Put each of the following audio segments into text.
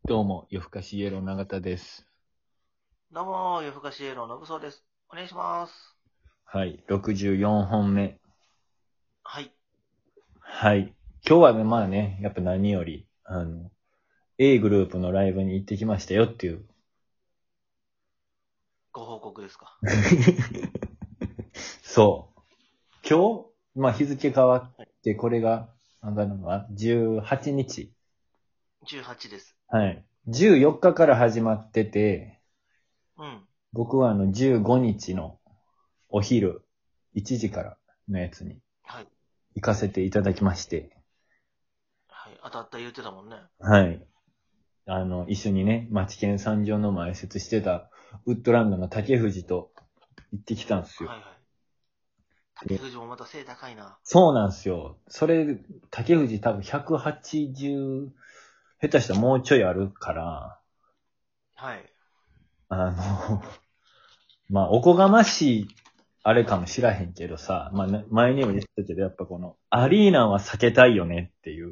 どうも、夜更かしイエロー永田です。 どうも、夜更かしイエローのぶそうです。お願いします。 はい、64本目。 はい。 はい。今日はね、まあね、やっぱ何より、A グループのライブに行ってきましたよっていう。 ご報告ですか。 そう。今日、まあ日付変わっはい。 て、これが、なんだろうな、18日。 18です。 はい。14日から始まってて、 うん。 僕は15日のお昼1時からのやつにはい。 行かせていただきまして、 はい。当たった言ってたもんね。 はい。一緒にね、町県三条の前説してた、ウッドランドの竹藤と行ってきたんですよ。 はいはい。竹で藤もまた背高いな。 そうなんですよ。それ、竹藤多分180、下手したらもうちょいあるから、 はい。 あの、まあ、おこがましい、あれかもしらへんけどさ、まあ、前にも言ったけど、やっぱこの、アリーナは避けたいよねっていう、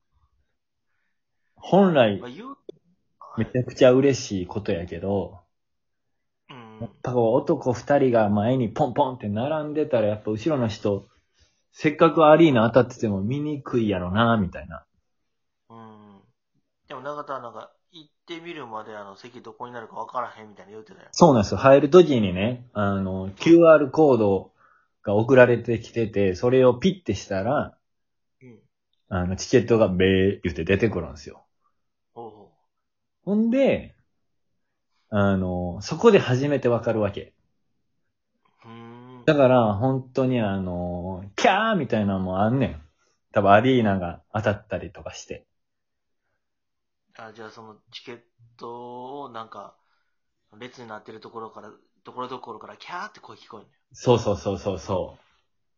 本来、 まあ、 めはい。 ちゃくちゃ嬉しいことやけど、 うん。 やっぱこう男二人が前にポンポンって並んでたら、やっぱ後ろの人、せっかくアリーナ当たってても見にくいやろな、みたいな。 うん。でも永田はなんか、行ってみるまで席どこになるかわからへんみたいな言うてたよ。 そうなんですよ。入るときにね、 うん。 QR コードが送られてきてて、それをピッてしたら、 うん。 チケットがベー言って出てくるんですよ。 ほうほほんで、そこで初めてわかるわけ。 う。ん。 だから、本当にキャーみたいなのもあんねん。多分アリーナが当たったりとかして。 あ、じゃあそのチケットをなんか、列になってるところから、ところどころからキャーって声聞こえるのよ。 そうそうそうそうそう。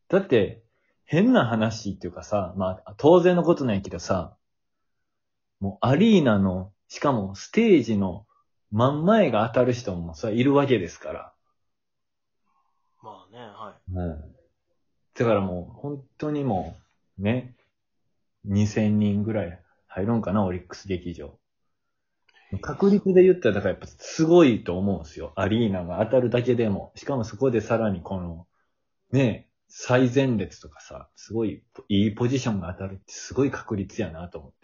だって、変な話っていうかさ、まあ、当然のことなんやけどさ、もうアリーナの、しかもステージの真ん前が当たる人もさ、いるわけですから。 まあね、はうん。だからもう、本当にもう、ね、2000人ぐらい入るんかな、オリックス劇場。 い。 確率で言ったら、だからやっぱすごいと思うんですよ。アリーナが当たるだけでも。しかもそこでさらにこの、ね、最前列とかさ、すごいいいポジションが当たるってすごい確率やなと思って。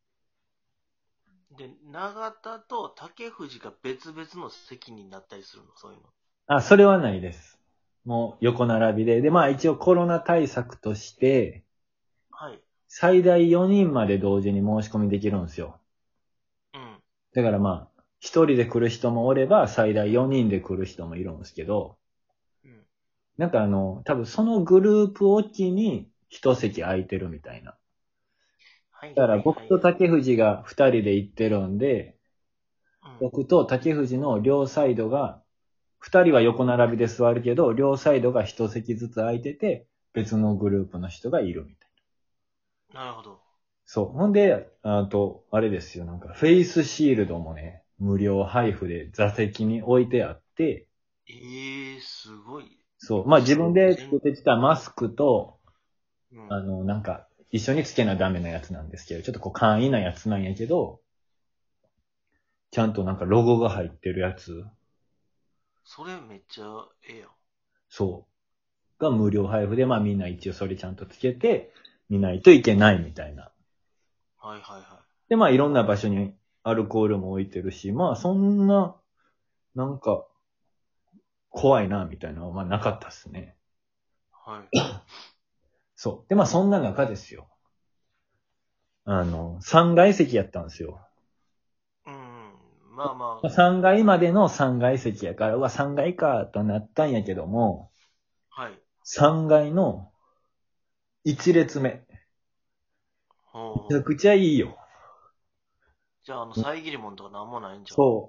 で、永田と竹藤が別々の席になったりするの、そういうの。 あ、それはないです。もう横並びで。で、まあ一応コロナ対策として、 はい。 最大4人まで同時に申し込みできるんですよ。 うん。 だからまあ、1人で来る人もおれば、最大4人で来る人もいるんですけど、 うん。 なんか多分そのグループおきに一席空いてるみたいな。 はいだからはいはいはい。 僕と竹藤が2人で行ってるんで、 うん。 僕と竹藤の両サイドが、2人は横並びで座るけど、両サイドが一席ずつ空いてて、別のグループの人がいるみたいな。 なるほど。 そう。ほんで、あれですよ、なんか、フェイスシールドもね、無料配布で座席に置いてあって、 すごい。 そう。まあ自分で作全、 ってきたマスクと、 うん。 なんか、一緒につけなダメなやつなんですけど、ちょっとこう簡易なやつなんやけど、ちゃんとなんかロゴが入ってるやつ、 それめっちゃええやん。 そう。が無料配布で、まあみんな一応それちゃんとつけて、見ないといけないみたいな。 はいはいはで、まあいろんな場所にアルコールも置いてるし、まあそんな、なんか、怖いな、みたいなのはまあなかったっすね。 い。はい。 そう。で、まあそんな中ですよ。3階席やったんですよ。 うん。まあま 3階までの3階席やから、うわ、3階か、となったんやけども、 あ、はい。 3階の1列目。めちゃほうほう。 くちゃいいよ。 じゃあ遮り物とかなんもないんじゃん。 そう。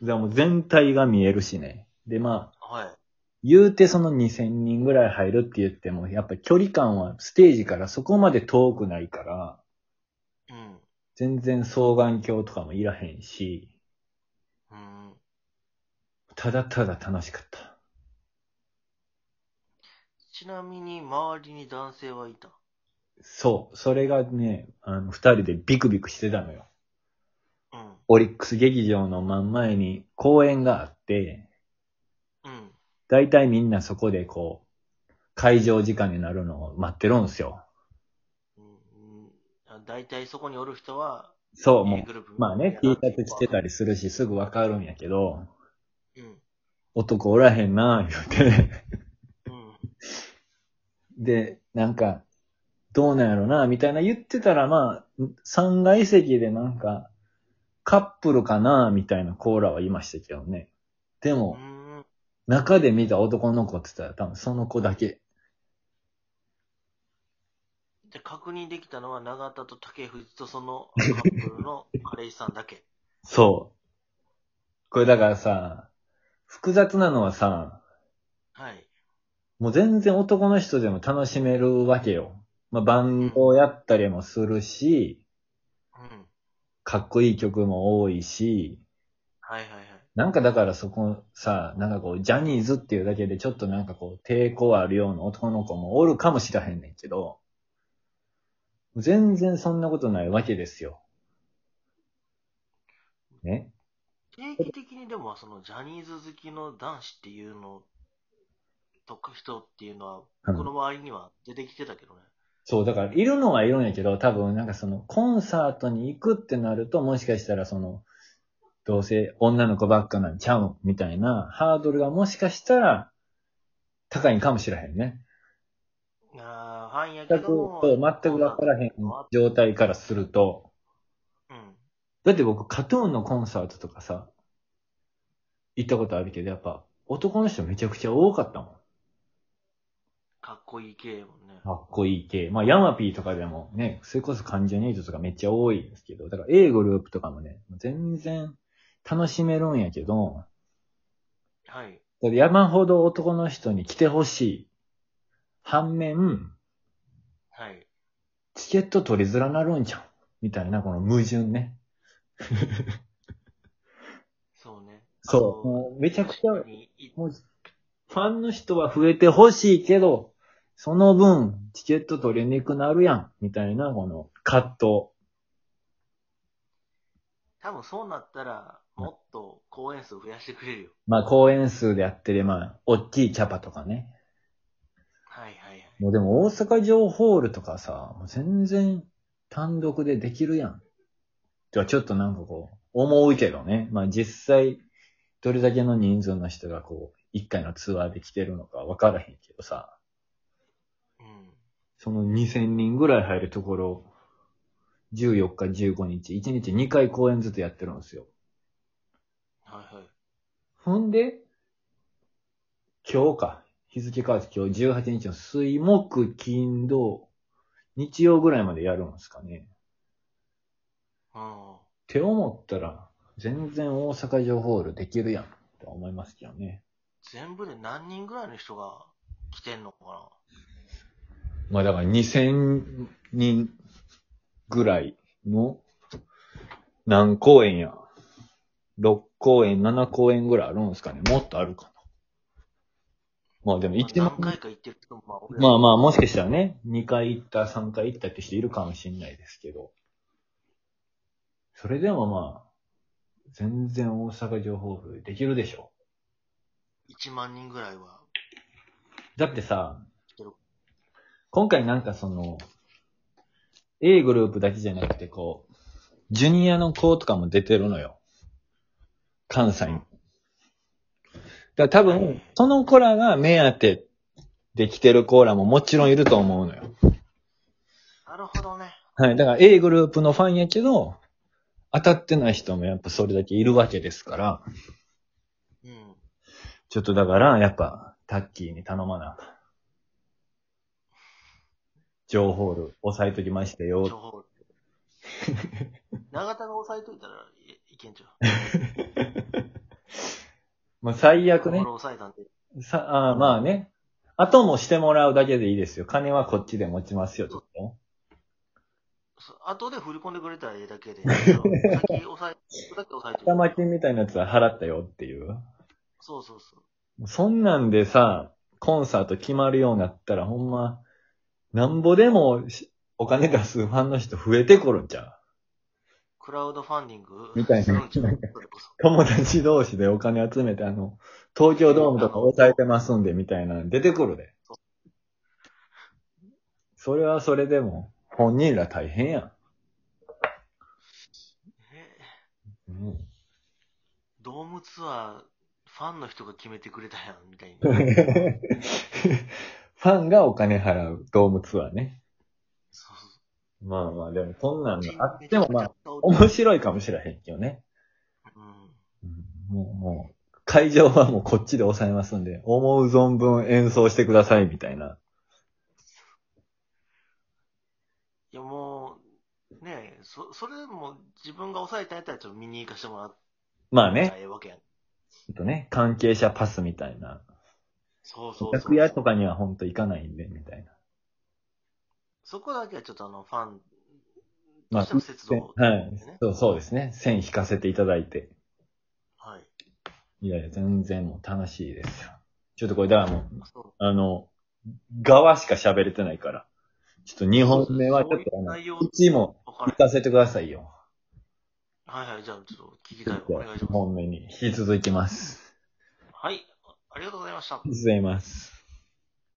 でも全体が見えるしね。で、まあ、 はい。 言うてその2000人ぐらい入るって言っても、やっぱ距離感はステージからそこまで遠くないから、 うん。 全然双眼鏡とかもいらへんし、 うん。 ただただ楽しかった。 ちなみに周りに男性はいた。 そう。それがね、二人でビクビクしてたのよ。 オリックス劇場の真ん前に公園があって、 うん。 だいたいみんなそこでこう、会場時間になるのを待ってるんですよ。 うん。大体そこにおる人は、 そう、 A もう、 グループまあね、T シャツ着てたり。 りするし、すぐわかるんやけど、 うん。 男おらへんなぁ、言うて。 うん。 で、なんか、どうなんやろな、みたいな言ってたら、まあ、3階席でなんか、カップルかな、みたいなコーラは言いましたけどね。でうも、 ん。 中で見た男の子って言ったら多分その子だけ。 で、確認できたのは永田と竹藤とそのカップルの彼氏さんだけ。 そう。これだからさ、複雑なのはさ、 はい。 もう全然男の人でも楽しめるわけよ。まあ、バうん。 ンドやったりもするし、 うん。 かっこいい曲も多いし、 はいはいはい。 なんかだからそこさ、なんかこう、ジャニーズっていうだけでちょっとなんかこう、抵抗あるような男の子もおるかもしらへんねんけど、全然そんなことないわけですよ。ね。 定期的にでもそのジャニーズ好きの男子っていうのとか人っていうのは僕の周りには出てきてたけどね。 そう、だからいるのはいるんやけど、多分なんかそのコンサートに行くってなると、もしかしたらその、どうせ女の子ばっかなんちゃうんみたいなハードルがもしかしたら高いんかもしれへんね。 ああ、ファンやけ全く、 ども、 そう全くコンサートわからへんは、 状態からすると、 うん。 だって僕カトゥーンのコンサートとかさ、行ったことあるけど、やっぱ男の人めちゃくちゃ多かったもん。 かっこいい系もんね。 かっこいい系。まあヤマピーとかでもね、それこそ関ジャニ∞とかめっちゃ多いんですけど、だから A グループとかもね、全然楽しめるんやけど、 はい。 だって山ほど男の人に来てほしい。反面、 はい。 チケット取りづらなるんじゃん。みたいなこの矛盾ね。 そうね。 そう。もうめちゃくちゃ、 確かにもうファンの人は増えてほしいけど、その分、チケット取りにくくなるやん。みたいな、この葛藤。 多分そうなったら、もっと公演数増やしてくれるよ。 まあ、公演数でやってる、まあ、大きいキャパとかね。 はいはいはい。 もうでも大阪城ホールとかさ、もう全然単独でできるやん。とはちょっとなんかこう、思うけどね。まあ実際、どれだけの人数の人がこう、一回のツアーで来てるのかわからへんけどさ、 うん。 その2000人ぐらい入るところ、14日、15日、1日2回公演ずつやってるんですよ。 はいはい。 ほんで、今日か。日付変わって今日18日の水木金土、日曜ぐらいまでやるんですかね。 うん。 って思ったら、全然大阪城ホールできるやん、と思いますけどね。 全部で何人ぐらいの人が来てんのかまあだから2000人ぐらいの何公演や。6公演、7公演ぐらいあるんですかね。もっとあるかな。まあでもな。 1万何回か行ってる人もおるやまあまあ、 ろもしかしたらね、2回行った、3回行ったって人いるかもしれないですけど、それでもまあ、全然大阪城ホールできるでしょ。 1万人ぐらいはだってさ来てる。 今回なんかその、A グループだけじゃなくてこう、ジュニアの子とかも出てるのよ。関西に。だから多分、その子らが目当てで来てる子らももちろんいると思うのよ。 なるほどね。 はい。だから A グループのファンやけど、当たってない人もやっぱそれだけいるわけですから、 うん。 ちょっとだからやっぱタッキーに頼まなあかん。情報ル押さえときましたよ。 情報。長田が押さえといたらいけんちゃまあ最う。 悪ね。 心押さえたんで。 まあね。後もしてもらうだけでいいですよ。金はこっちで持ちますよ、ちょっと。 後で振り込んでくれたらいいだけで。先押さえ、だけ押さえといた。 頭金みたいなやつは払ったよっていう。 そうそうそう。 そんなんでさ、コンサート決まるようになったらほんま、なんぼでもお金出すファンの人増えてくるんちゃクラウドファンディングみたいなするんちゃうそれこそ。 友達同士でお金集めて、東京ドームとか抑えてますんで、みたいなの出てくるで。それはそれでも、本人ら大変やん。うん、 ドームツアー、ファンの人が決めてくれたやん、みたいに。 ファンがお金払うドームツアーね。 そうまあまあ、でもこんなんそう。 があってもまあ、面白いかもしれへんけどね。 うん。 もう、会場はもうこっちで抑えますんで、思う存分演奏してくださいみたいな。 いやもう、ねえ、それも自分が抑えたやったらちょっと見に行かしてもらっまあね、 たらええわけやん。 関係者パスみたいな。 そうそうそうそう。 楽屋とかにはほんと行かないんで、みたいな。 そこだけはちょっとファンとまあ、 しての節度はい。 でね。 そうですね。線引かせていただいて。 はい。 いやいや、全然もう楽しいですよ。ちょっとこれ、だからもう、 そう側しか喋れてないから。ちょっと2本目はちそういうょっと内容うちもわから行かせてくださいよ。 はいはい、じゃあちょっと聞きたいわ。 ちょっと2 お願いします。 本目に引き続きます。 はい。ありがとうございました。 ありがとうございます。